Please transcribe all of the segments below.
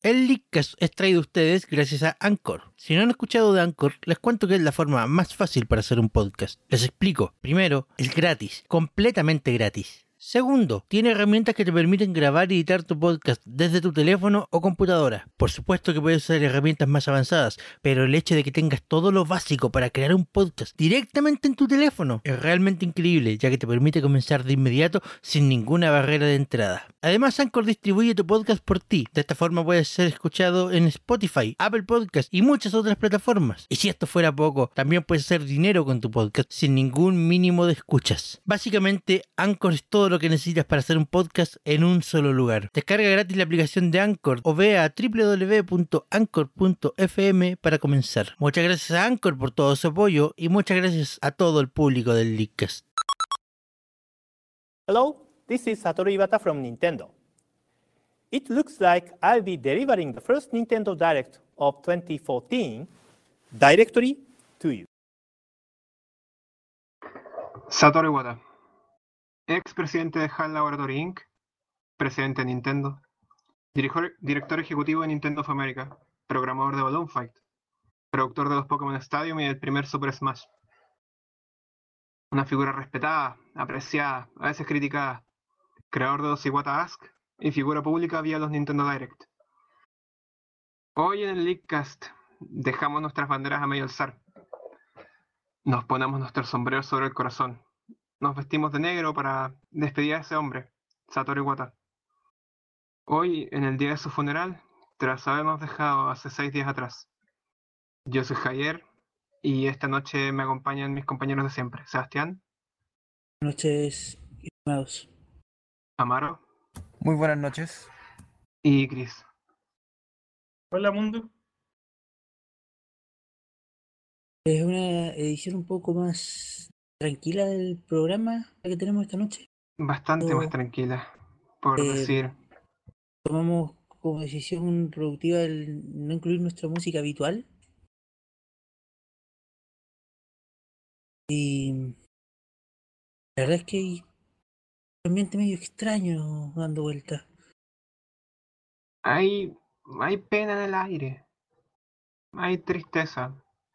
El Leakcast es traído a ustedes gracias a Anchor. Si no han escuchado de Anchor, les cuento que es la forma más fácil para hacer un podcast. Les explico. Primero, es gratis, completamente gratis. Segundo, tiene herramientas que te permiten grabar y editar tu podcast desde tu teléfono o computadora. Por supuesto que puedes usar herramientas más avanzadas, pero el hecho de que tengas todo lo básico para crear un podcast directamente en tu teléfono es realmente increíble, ya que te permite comenzar de inmediato sin ninguna barrera de entrada. Además, Anchor distribuye tu podcast por ti. De esta forma puedes ser escuchado en Spotify, Apple Podcasts y muchas otras plataformas. Y si esto fuera poco, también puedes hacer dinero con tu podcast sin ningún mínimo de escuchas. Básicamente, Anchor es todo lo que necesitas para hacer un podcast en un solo lugar. Descarga gratis la aplicación de Anchor o ve a www.anchor.fm para comenzar. Muchas gracias a Anchor por todo su apoyo y muchas gracias a todo el público del Leakcast. Hello, this is Satoru Iwata from Nintendo. It looks like I'll be delivering the first Nintendo Direct of 2014 directly to you. Satoru Iwata, ex presidente de HAL Laboratory Inc., presidente de Nintendo, director ejecutivo de Nintendo of America, programador de Balloon Fight, productor de los Pokémon Stadium y del primer Super Smash. Una figura respetada, apreciada, a veces criticada, creador de los Iwata Ask y figura pública vía los Nintendo Direct. Hoy en el Leakcast dejamos nuestras banderas a medio alzar. Nos ponemos nuestros sombreros sobre el corazón. Nos vestimos de negro para despedir a ese hombre, Satoru Iwata. Hoy, en el día de su funeral, tras habernos dejado hace 6 días atrás. Yo soy Javier y esta noche me acompañan mis compañeros de siempre, Sebastián. Buenas noches, estimados. Amaro. Muy buenas noches. Y Chris. Hola, mundo. Es una edición un poco más tranquila del programa que tenemos esta noche. Bastante más tranquila, por decir. Tomamos como decisión productiva el no incluir nuestra música habitual. Y la verdad es que hay un ambiente medio extraño dando vueltas. Hay pena en el aire. Hay tristeza.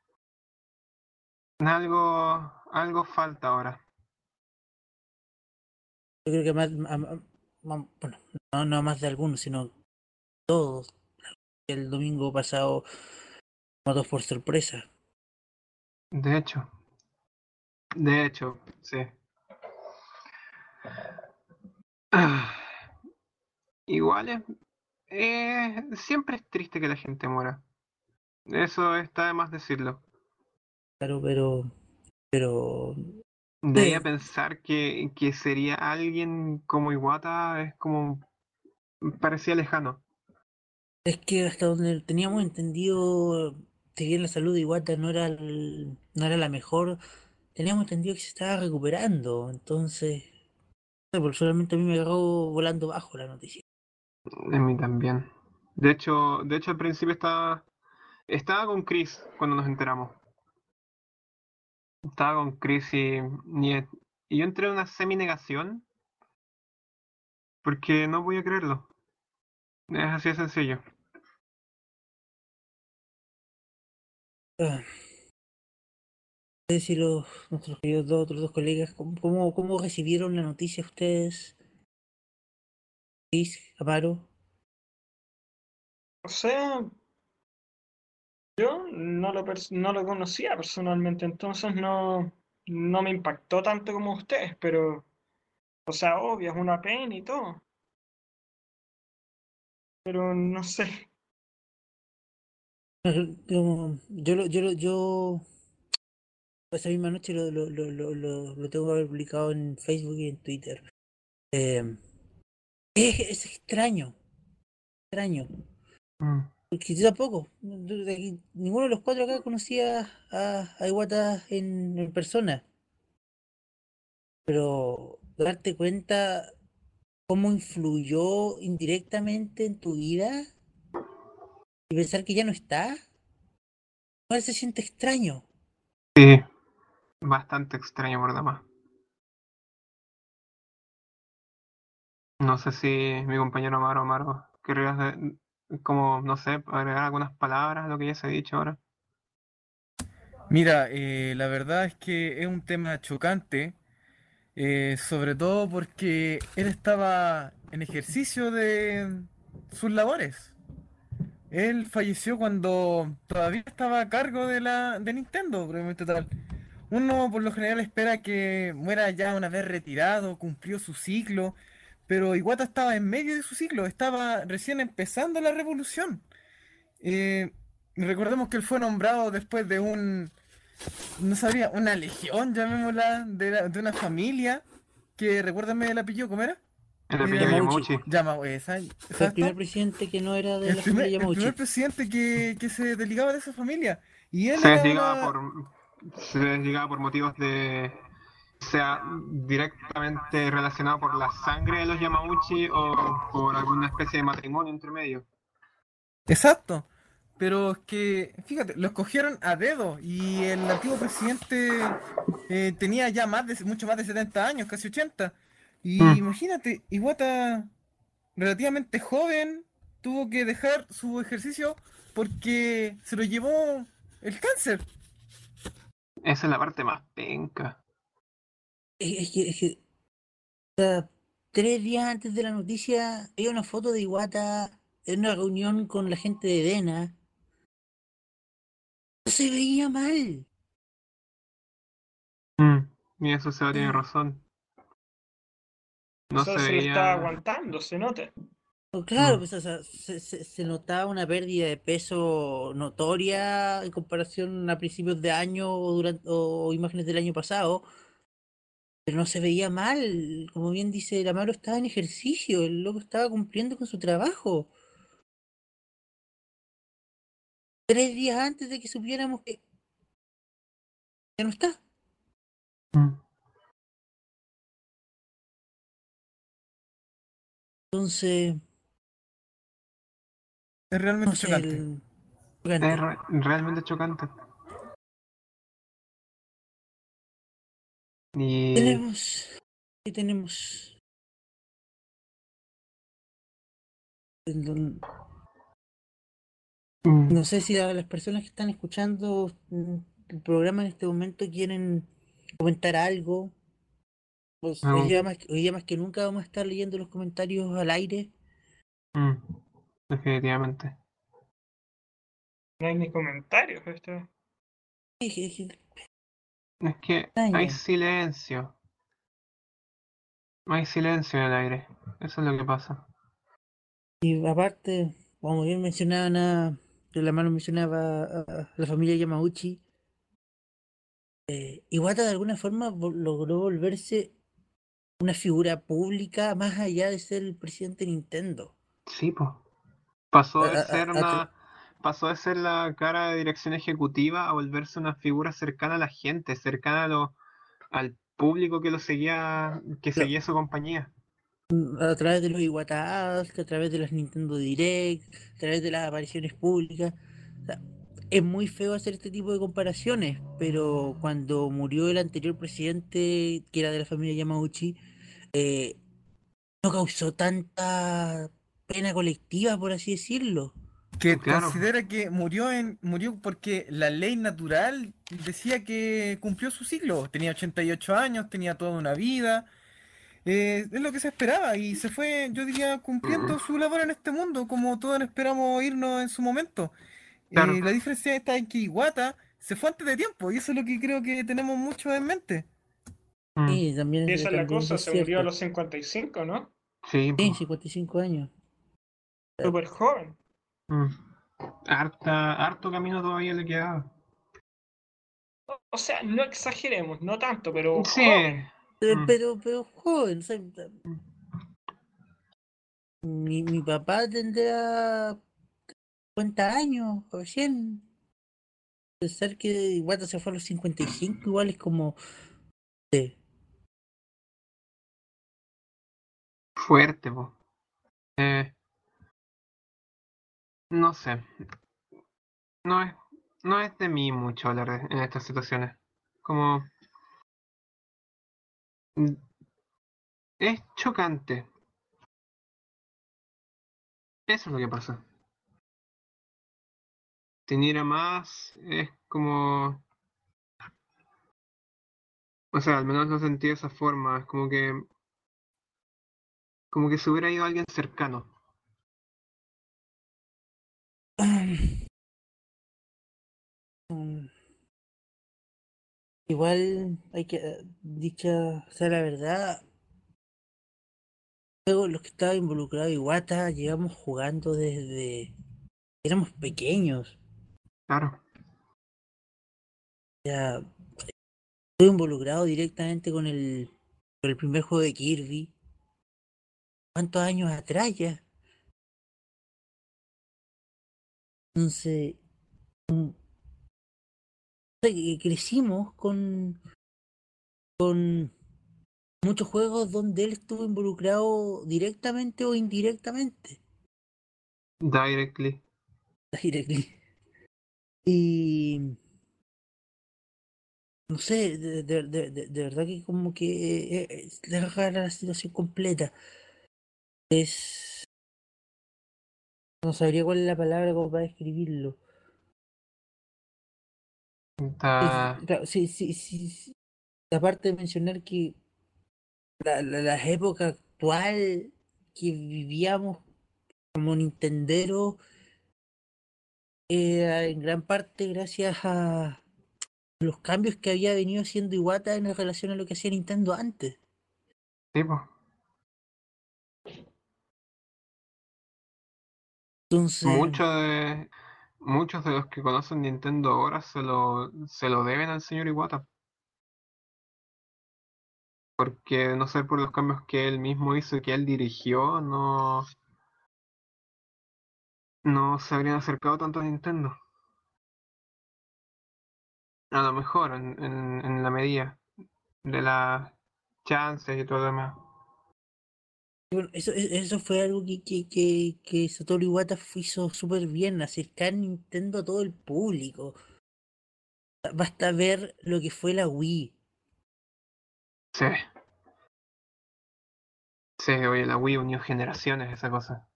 Algo falta ahora. Yo creo que bueno, no más de algunos, sino todos. El domingo pasado todos por sorpresa. De hecho, sí. Igual siempre es triste que la gente muera. Eso está de más decirlo. Claro, pero De ahí a pensar que sería alguien como Iwata es como parecía lejano. es que hasta donde teníamos entendido, si bien la salud de Iwata no era la mejor, teníamos entendido que se estaba recuperando. Entonces, solamente a mí me agarró volando bajo la noticia. En mí también. De hecho al principio estaba con Chris cuando nos enteramos. Estaba con Chris y yo entré en una semi-negación porque no podía creerlo. Es así de sencillo. No sé si nuestros queridos otros dos colegas, ¿cómo recibieron la noticia ustedes? Luis, Amaro. O sea, yo no lo conocía personalmente, entonces no me impactó tanto como ustedes, pero, o sea, obvio, es una pena y todo. Pero no sé. Yo esa misma noche lo tengo que haber publicado en Facebook y en Twitter. Es extraño. Porque yo tampoco. Ninguno de los cuatro acá conocía a Iwata en persona. Pero darte cuenta cómo influyó indirectamente en tu vida y pensar que ya no está, igual se siente extraño. Sí, bastante extraño por demás. No sé si mi compañero Amaro, ¿querrías como, no sé, agregar algunas palabras a lo que ya se ha dicho ahora. Mira, la verdad es que es un tema chocante, sobre todo porque él estaba en ejercicio de sus labores. Él falleció cuando todavía estaba a cargo de Nintendo, probablemente tal. Uno por lo general espera que muera ya una vez retirado, cumplió su ciclo, pero Iwata estaba en medio de su ciclo, estaba recién empezando la revolución. Eh, Recordemos que él fue nombrado después de no sabría, una legión, llamémosla, de una familia, que recuérdame el apellido, ¿cómo era? El apellido Era Yamauchi. Yamauchi. Esa, Fue el primer exacto. presidente que no era de la familia El primer Yamauchi. presidente que se desligaba de esa familia. Y él Se era desligaba una... por, se desligaba por motivos de, sea directamente relacionado por la sangre de los Yamauchi o por alguna especie de matrimonio entre medio. Exacto. Pero es que, fíjate, lo escogieron a dedo y el antiguo presidente tenía ya mucho más de 70 años, casi 80. Y Mm. imagínate, Iwata, relativamente joven, tuvo que dejar su ejercicio porque se lo llevó el cáncer. Esa es la parte más penca. Es que 3 días antes de la noticia había una foto de Iwata en una reunión con la gente de Dena. No se veía mal. Mm. Y eso Seba tiene Ah, razón. O No sea, se se le está veía. aguantando, se nota. claro, Mm. pues, o sea, se notaba una pérdida de peso notoria en comparación a principios de año o imágenes del año pasado, pero no se veía mal. Como bien dice el Amaro, estaba en ejercicio, el loco estaba cumpliendo con su trabajo. 3 días antes de que supiéramos que ya no está. Mm. Entonces, Es no realmente sé, chocante. Es chocante. realmente chocante. Y. Tenemos, ¿qué tenemos? Mm. No sé si las personas que están escuchando el programa en este momento quieren comentar algo. Pues Algún- hoy día más que nunca vamos a estar leyendo los comentarios al aire. mm. Definitivamente. No hay ni comentarios. Esto. Es Es que hay extraño. silencio. Hay silencio en el aire. Eso es lo que pasa. Y aparte, como bien mencionaban la mano mencionaba a la familia Yamauchi, Iwata de alguna forma logró volverse una figura pública más allá de ser el presidente de Nintendo. Sí, pues. A- Pasó de a- ser a- a tra- una, pasó de ser la cara de dirección ejecutiva a volverse una figura cercana a la gente, cercana al público que lo seguía, que seguía su compañía. a través de los Iwata Ask, a través de las Nintendo Direct, a través de las apariciones públicas. O sea, es muy feo hacer este tipo de comparaciones, pero cuando murió el anterior presidente, que era de la familia Yamauchi, eh, no causó tanta pena colectiva, por así decirlo. Que Claro, considera que murió porque la ley natural decía que cumplió su ciclo. Tenía 88 años, tenía toda una vida. Es lo que se esperaba y se fue, yo diría, mm, cumpliendo su labor en este mundo, como todos esperamos irnos en su momento. claro, La diferencia está en que Iwata se fue antes de tiempo y eso es lo que creo que tenemos mucho en mente. mm, Sí, Y esa es la también cosa, es se murió a cierto. los 55, ¿no? sí, Sí, pues, 55 años. Súper joven. mm. Harto camino todavía le quedaba. O sea, no exageremos, no tanto, pero Sí, joven. mm, Pero joven, o sea, mi papá tendrá 50 años, recién. Pensar que Iwata se fue a los 55 igual es como... fuerte, pues. No sé, no es, no es de mí mucho hablar en estas situaciones. Como, mm, es chocante. Eso es lo que pasa. sin ir a más, es como... O sea, al menos lo sentí de esa forma, es como que se hubiera ido alguien cercano. Mm, Igual hay que, dicha sea la verdad, luego los que estaban involucrados Iwata llevamos jugando desde éramos pequeños. Claro, Ya estuve involucrado directamente con el primer juego de Kirby. ¿Cuántos años atrás ya? Entonces, mm, crecimos con muchos juegos donde él estuvo involucrado directamente o indirectamente. directly. Directly. Y no sé, de verdad que como que deja la situación completa. Es, no sabría cuál es la palabra como para describirlo. Está... Claro, sí, sí, sí, sí. Aparte de mencionar que la época actual que vivíamos como Nintendero era en gran parte gracias a los cambios que había venido haciendo Iwata en relación a lo que hacía Nintendo antes. tipo. Entonces, Muchos de los que conocen Nintendo ahora se lo deben al señor Iwata. Porque no sé, por los cambios que él mismo hizo y que él dirigió, no se habrían acercado tanto a Nintendo. A lo mejor en la medida de las chances y todo lo demás. bueno, eso fue algo que Satoru Iwata hizo súper bien, acercar Nintendo a todo el público. Basta ver lo que fue la Wii. Sí, sí, oye, la Wii unió generaciones, esa cosa.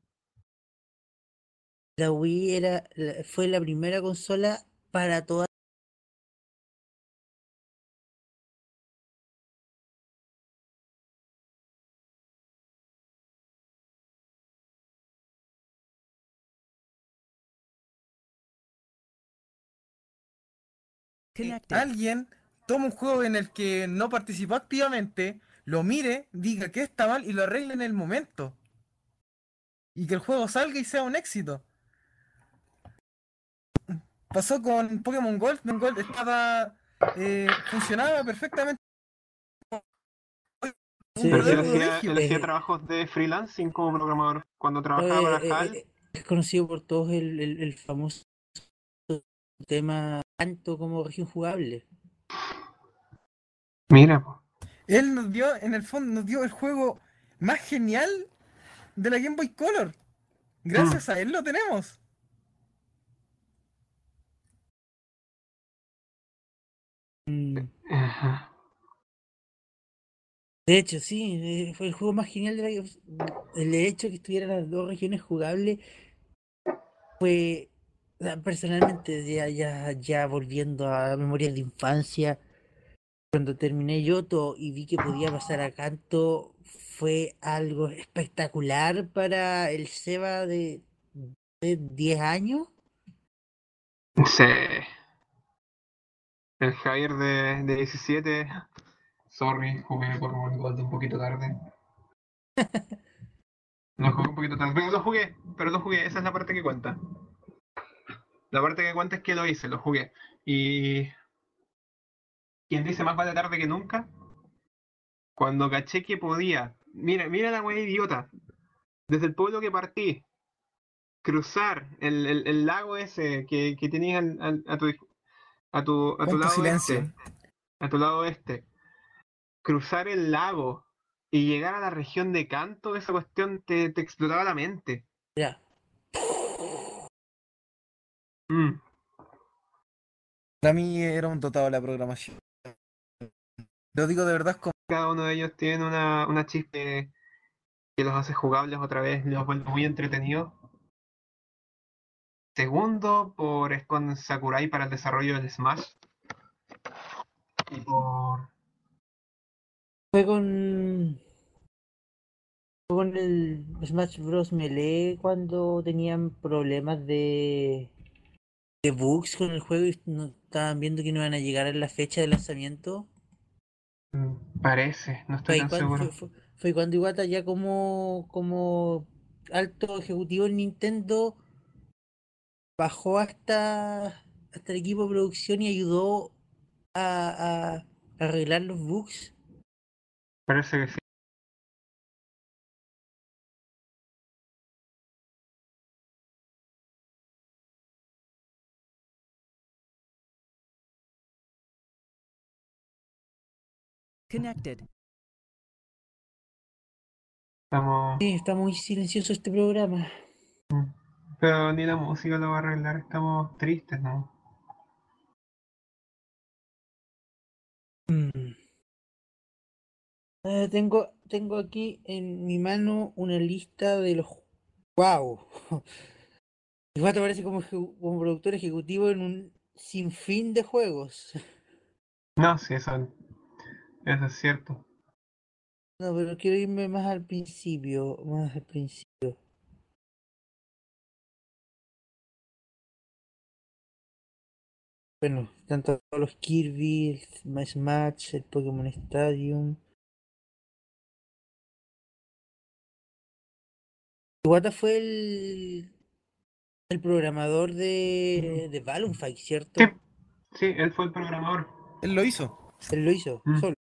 La Wii fue la primera consola para toda. Alguien toma un juego en el que no participó activamente, lo mire, diga que está mal y lo arregle en el momento. Y que el juego salga y sea un éxito. Pasó con Pokémon Gold. Pokémon Gold funcionaba perfectamente. Un Sí, Pero si verdadero prodigio. él hacía trabajos de freelancing como programador. Cuando trabajaba eh, para eh, HAL, es conocido por todos el famoso tema tanto como región jugable. mira, po. Él nos dio, en el fondo, nos dio el juego más genial de la Game Boy Color. Mm, Gracias a él lo tenemos. Mm, ajá. De hecho, sí, fue el juego más genial el hecho de que estuvieran las dos regiones jugables fue, o sea, personalmente, ya volviendo a memorias de infancia, cuando terminé Yoto y vi que podía pasar a Kanto, fue algo espectacular para el Seba de 10 años. Sí, el Javier de 17. Sorry, jugué Pokémon Gold un poquito tarde. Lo jugué un poquito tarde. Pero lo jugué. Esa es la parte que cuenta. La parte que cuenta es que lo hice, lo jugué. Y quien dice más vale tarde que nunca, cuando caché que podía, mira la wea idiota, desde el pueblo que partí, cruzar el lago ese que tenías a tu Cuánto lado silencio. este, a tu lado este, cruzar el lago y llegar a la región de Kanto, esa cuestión te explotaba la mente. Ya, Mm. Para mí era un dotado de la programación. Lo digo de verdad como Cada uno de ellos tiene una chispa que los hace jugables otra vez, los vuelve muy entretenidos. Segundo, con Sakurai para el desarrollo del Smash. Y Fue con el Smash Bros. Melee cuando tenían problemas de bugs con el juego y no estaban viendo que no iban a llegar a la fecha de lanzamiento. Parece, no estoy Fue, ahí tan seguro. fue cuando Iwata ya como alto ejecutivo en Nintendo bajó hasta el equipo de producción y ayudó a arreglar los bugs. Parece que sí. Connected. Estamos. Sí, está muy silencioso este programa. Pero ni la música lo va a arreglar, estamos tristes, ¿no? Mm. Tengo aquí en mi mano una lista de los... ¡Wow! Igual te parece como productor ejecutivo en un sinfín de juegos. No, sí, eso es cierto. No, pero quiero irme más al principio, más al principio. Bueno, tanto los Kirby, el Smash, el Pokémon Stadium. Iwata fue el programador de Balloon Fight, Sí, ¿cierto? sí, él fue el programador. Él lo hizo. Él lo hizo, Mm. solo.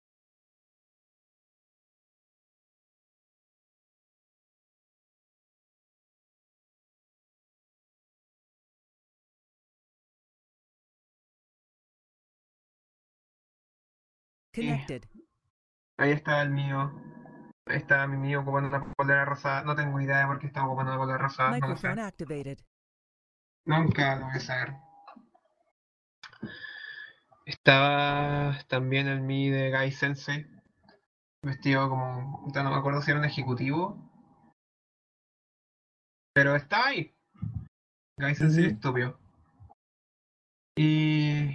Connected. Ahí está el mío. Ahí está mi mío ocupando una polera rosada. No tengo idea de por qué está ocupando una polera rosada, no lo sé. Microphone activated. Nunca lo voy a saber. Estaba también el mi de Gai Sensei, vestido como, ya no me acuerdo si era un ejecutivo, pero está ahí, Gai Sensei Ujú. estúpido. Y,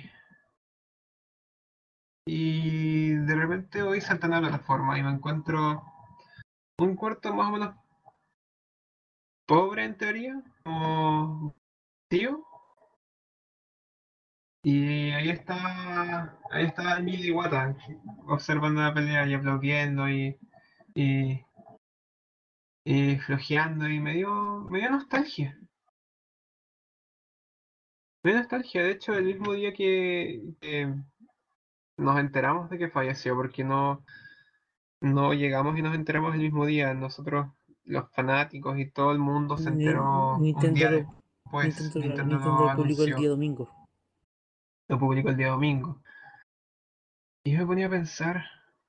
y de repente voy saltando a la plataforma y me encuentro un cuarto más o menos pobre en teoría, como tío. Y ahí está el mi de Iwata, observando la pelea y aplaudiendo y, y flojeando y me dio nostalgia. Me dio nostalgia, de hecho, el mismo día que nos enteramos de que falleció, porque no llegamos y nos enteramos el mismo día. Nosotros, los fanáticos y todo el mundo se enteró un Nintendo día lo, después. Nintendo Nintendo lo lo publicó el día anunció, domingo. lo publicó el día domingo. Y yo me ponía a pensar,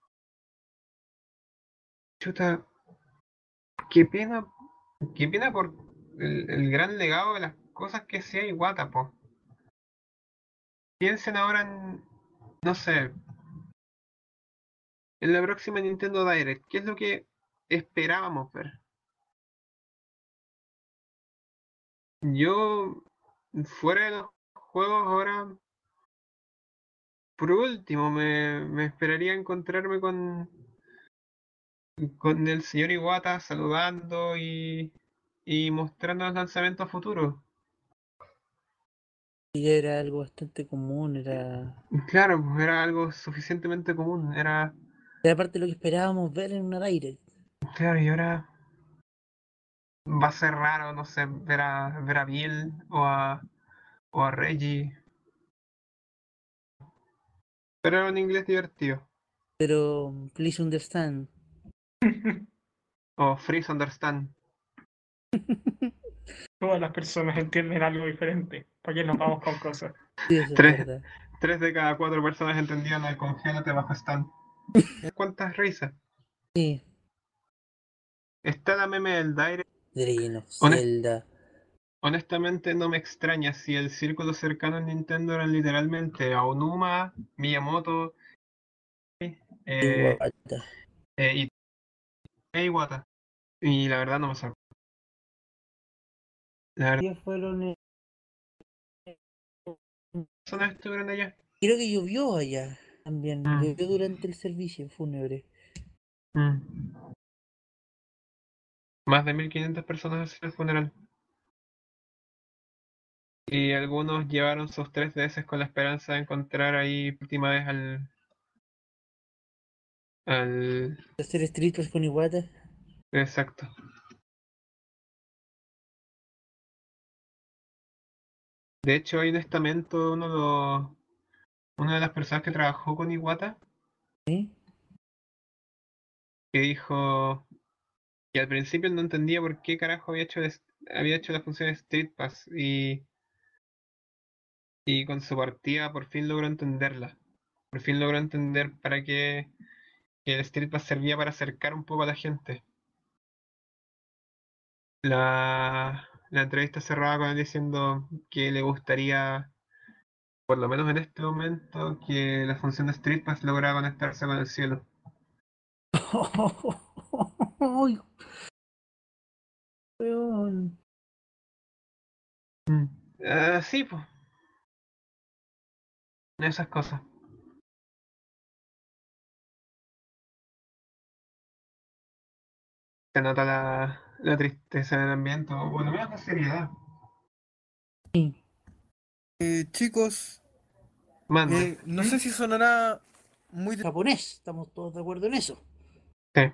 chuta, qué pena, qué pena por el gran legado de las cosas que hacía Iwata, po. Piensen ahora en, no sé, en la próxima Nintendo Direct, ¿qué es lo que esperábamos ver? Yo, fuera de los juegos ahora, por último, me esperaría encontrarme con el señor Iwata saludando y mostrando los lanzamientos futuros. Y era algo bastante común, Claro, pues era algo suficientemente común. era parte de lo que esperábamos ver en una Direct. Claro, y ahora va a ser raro, no sé, ver a Bill o a Reggie, pero era un inglés divertido. Pero, please understand. O Freeze Understand. Todas las personas entienden algo diferente. ¿Para qué nos vamos con cosas? Sí, eso es Tres, verdad. 3 de cada 4 personas entendían el congélate bajo stand. ¿Cuántas risas? Sí, Está la meme del Direct. Legend of Honest- Zelda. honestamente no me extraña si el círculo cercano en Nintendo eran literalmente Aonuma, Miyamoto, eh, Iwata. y Iwata. Y la verdad no me sorprende. La verdad, ¿Qué fueron? personas estuvieron allá. Creo que llovió allá también. Mm. Llovió durante el servicio fúnebre. Mm. Más de 1500 personas en el funeral. Y algunos llevaron sus 3DS con la esperanza de encontrar ahí por última vez al... Hacer strippers con Iguata. Exacto. De hecho, hay un estamento de una de las personas que trabajó con Iwata ¿Sí? que dijo que al principio no entendía por qué carajo había hecho la función de Street Pass y con su partida por fin logró entenderla. Por fin logró entender para qué que el Street Pass servía para acercar un poco a la gente. La entrevista cerraba con él diciendo que le gustaría, por lo menos en este momento, que la función de Street Pass lograra conectarse con el cielo. Ay, weón. Sí, pues, esas cosas. Se nota la tristeza del ambiente, o por lo menos la seriedad. Chicos, Mande. no sé si sonará muy Japonés, estamos todos de acuerdo en eso. Sí,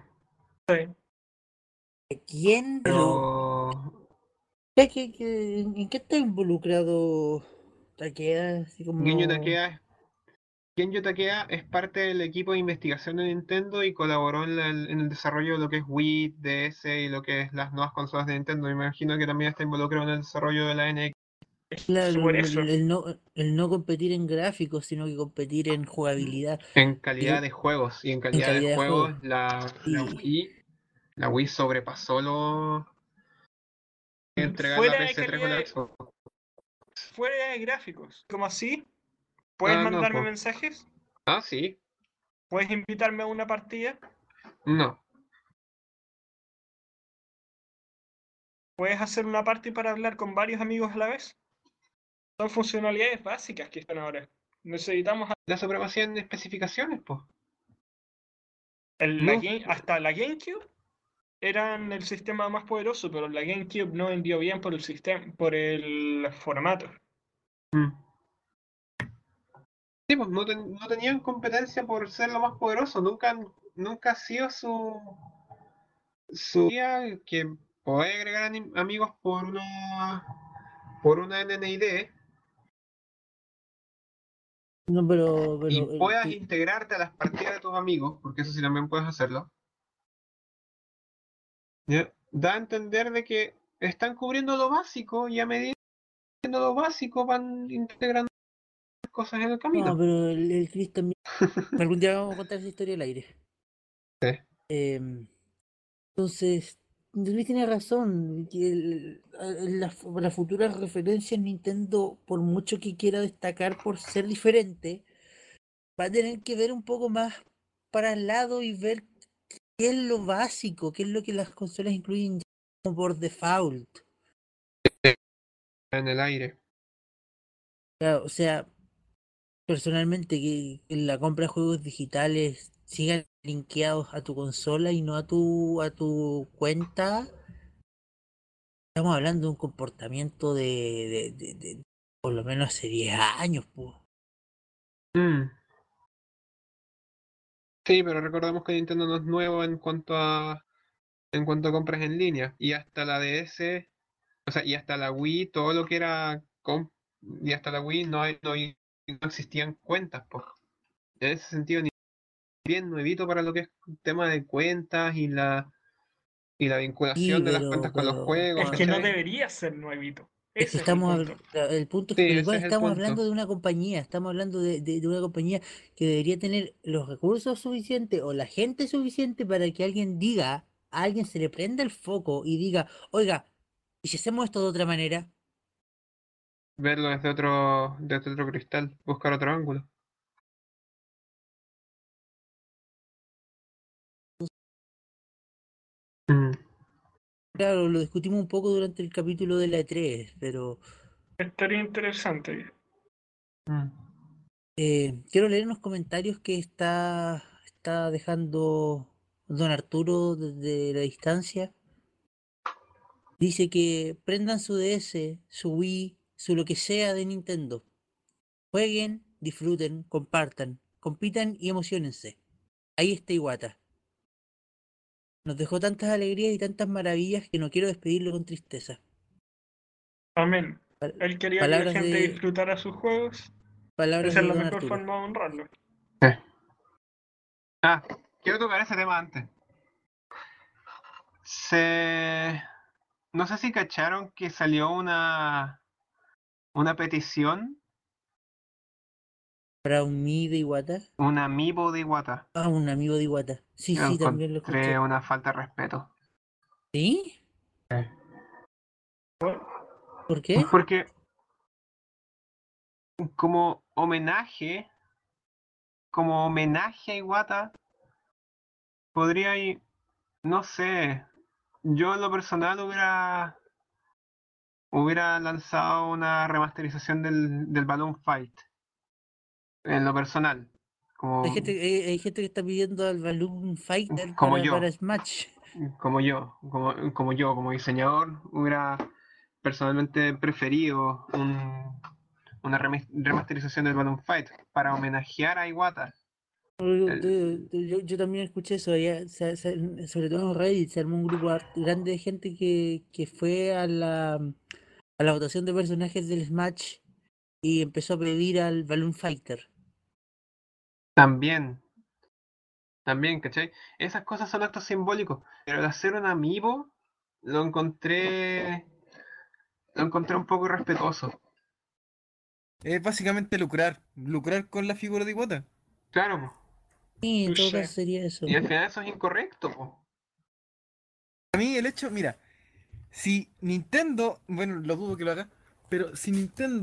¿Quién? pero ¿En qué está involucrado Takeda? Así Genyo como. Takea, Genyo Takea es parte del equipo de investigación de Nintendo y colaboró en el desarrollo de lo que es Wii, DS y lo que es las nuevas consolas de Nintendo. Me imagino que también está involucrado en el desarrollo de la NX. Claro, Por eso. el no competir en gráficos, sino que competir en jugabilidad. En calidad Digo, de juegos, y en en calidad de calidad de juego. juegos Y La Wii sobrepasó lo entregar la Fuera de PS3 o la calidad, Xbox. fuera de gráficos. ¿Cómo así? ¿Puedes Ah, no, mandarme pues. mensajes? Ah, sí. ¿Puedes invitarme a una partida? No. ¿Puedes hacer una party para hablar con varios amigos a la vez? Son funcionalidades básicas que están ahora. Necesitamos La supremacía en especificaciones, pues. la No. hasta la GameCube eran el sistema más poderoso, pero la GameCube no vendió bien por el sistema, por el formato. Mm. Sí, pues no tenían competencia por ser lo más poderoso. Nunca ha sido su idea que poder agregar amigos por una NNID no, y pero puedas integrarte a las partidas de tus amigos, porque eso sí también puedes hacerlo. ¿Ya? Da a entender de que están cubriendo lo básico y a medida que están cubriendo lo básico van integrando cosas en el no, camino. pero el Chris también. Algún día vamos a contar esa historia al aire. Sí. Entonces, Luis tiene razón. Que las futuras referencias Nintendo, por mucho que quiera destacar por ser diferente, va a tener que ver un poco más para el lado y ver qué es lo básico, qué es lo que las consolas incluyen ya como por default. En el aire. Claro, o sea, personalmente que la compra de juegos digitales sigan linkeados a tu consola y no a tu cuenta. Estamos hablando de un comportamiento de por lo menos hace 10 años, pues. Mm. Sí, pero recordemos que Nintendo no es nuevo en cuanto a compras en línea. Y hasta la DS, o sea, y hasta la Wii, todo lo que era y hasta la Wii no existían cuentas, pues. En ese sentido, ni bien nuevito para lo que es el tema de cuentas y la Sí, vinculación de las cuentas con los juegos, Es que no ¿cachai? debería ser nuevito. es que Ese es el punto. el punto es Sí, que ese igual es el estamos punto. hablando de una compañía, estamos hablando de una compañía que debería tener los recursos suficientes o la gente suficiente para que alguien diga, a alguien se le prenda el foco y diga, oiga, ¿y si hacemos esto de otra manera? Verlo desde otro cristal, buscar otro ángulo. Mm. Claro, lo discutimos un poco durante el capítulo de la E3, pero Estaría interesante. Mm. quiero leer unos comentarios que está dejando don Arturo desde la distancia. Dice que prendan su DS, su Wii, su lo que sea de Nintendo. Jueguen, disfruten, compartan, compitan y emocionense. Ahí está Iwata. Nos dejó tantas alegrías y tantas maravillas que no quiero despedirlo con tristeza. Amén. Pa- Él quería que la palabras gente de disfrutara sus juegos. palabras Esa es de la don mejor Arturo. forma de honrarlo. Sí. Ah, quiero tocar ese tema antes. No sé si cacharon que salió una petición, Para un Mi de Iwata. un amiibo de Iwata. Ah, un amigo de Iwata. Sí, Yo sí, también lo encontré escuché. una falta de respeto. ¿Sí? Bueno, ¿Por qué? Porque como homenaje a Iwata, podría ir, no sé, yo en lo personal hubiera lanzado una remasterización del Balloon Fight, en lo personal, como, Hay gente que está pidiendo al Balloon Fighter como para yo, Smash. como diseñador, hubiera personalmente preferido una remasterización del Balloon Fight para homenajear a Iwata. Yo también escuché eso, sobre todo en Reddit se armó un grupo grande de gente que fue a la votación de personajes del Smash y empezó a pedir al Balloon Fighter. También, también, ¿cachai? Esas cosas son actos simbólicos, pero el hacer un amiibo lo encontré, lo encontré un poco irrespetuoso. Es básicamente lucrar con la figura de Iwata. Claro, po. Sí, en todo touché. caso sería eso. Y al final eso es incorrecto, po. A mí el hecho, mira, si Nintendo, bueno, lo dudo que lo haga, pero si Nintendo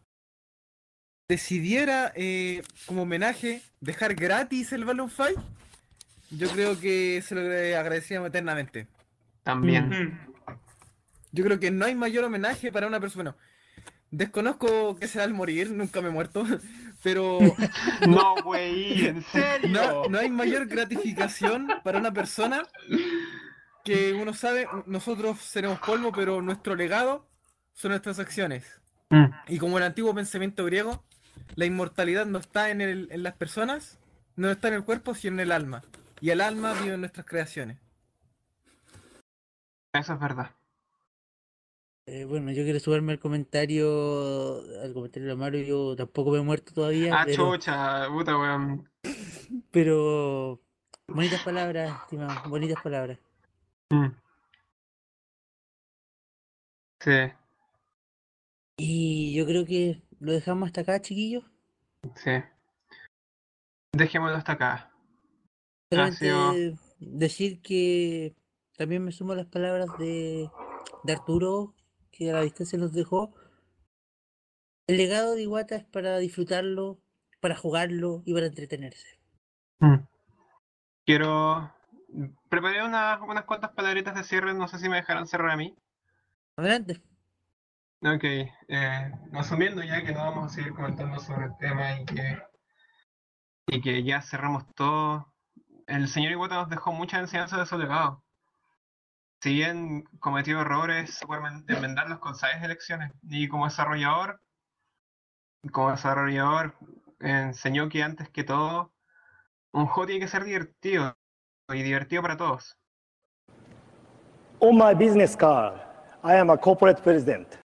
decidiera como homenaje dejar gratis el Balloon Fight, yo creo que se lo agradeceríamos eternamente. También. Mm. Yo creo que no hay mayor homenaje para una persona. Bueno, desconozco qué será al morir, nunca me he muerto, pero No, güey, ¿en serio? no hay mayor gratificación para una persona que uno sabe, nosotros seremos polvo, pero nuestro legado son nuestras acciones. Mm, Y como el antiguo pensamiento griego, la inmortalidad no está en las personas, no está en el cuerpo, sino en el alma. Y el alma vive en nuestras creaciones. eso es verdad. Bueno, yo quiero sumarme al comentario de Amaro, yo tampoco me he muerto todavía, Ah, chucha, puta, weón. pero bonitas palabras, estimado, bonitas palabras. Mm, sí, Y yo creo que lo dejamos hasta acá, chiquillos. sí. Dejémoslo hasta acá. Ha sido. Solamente decir que también me sumo a las palabras de Arturo, que a la distancia nos dejó. El legado de Iwata es para disfrutarlo, para jugarlo y para entretenerse. Mm. Quiero. Preparé unas cuantas palabritas de cierre, no sé si me dejarán cerrar a mí. Adelante. Ok, asumiendo ya que no vamos a seguir comentando sobre el tema y que ya cerramos todo, el señor Iwata nos dejó mucha enseñanza de su legado. Si bien cometió errores, supo enmendarlos con sabias elecciones. Y como desarrollador enseñó que antes que todo, un juego tiene que ser divertido y divertido para todos. On my business card, I am a corporate president.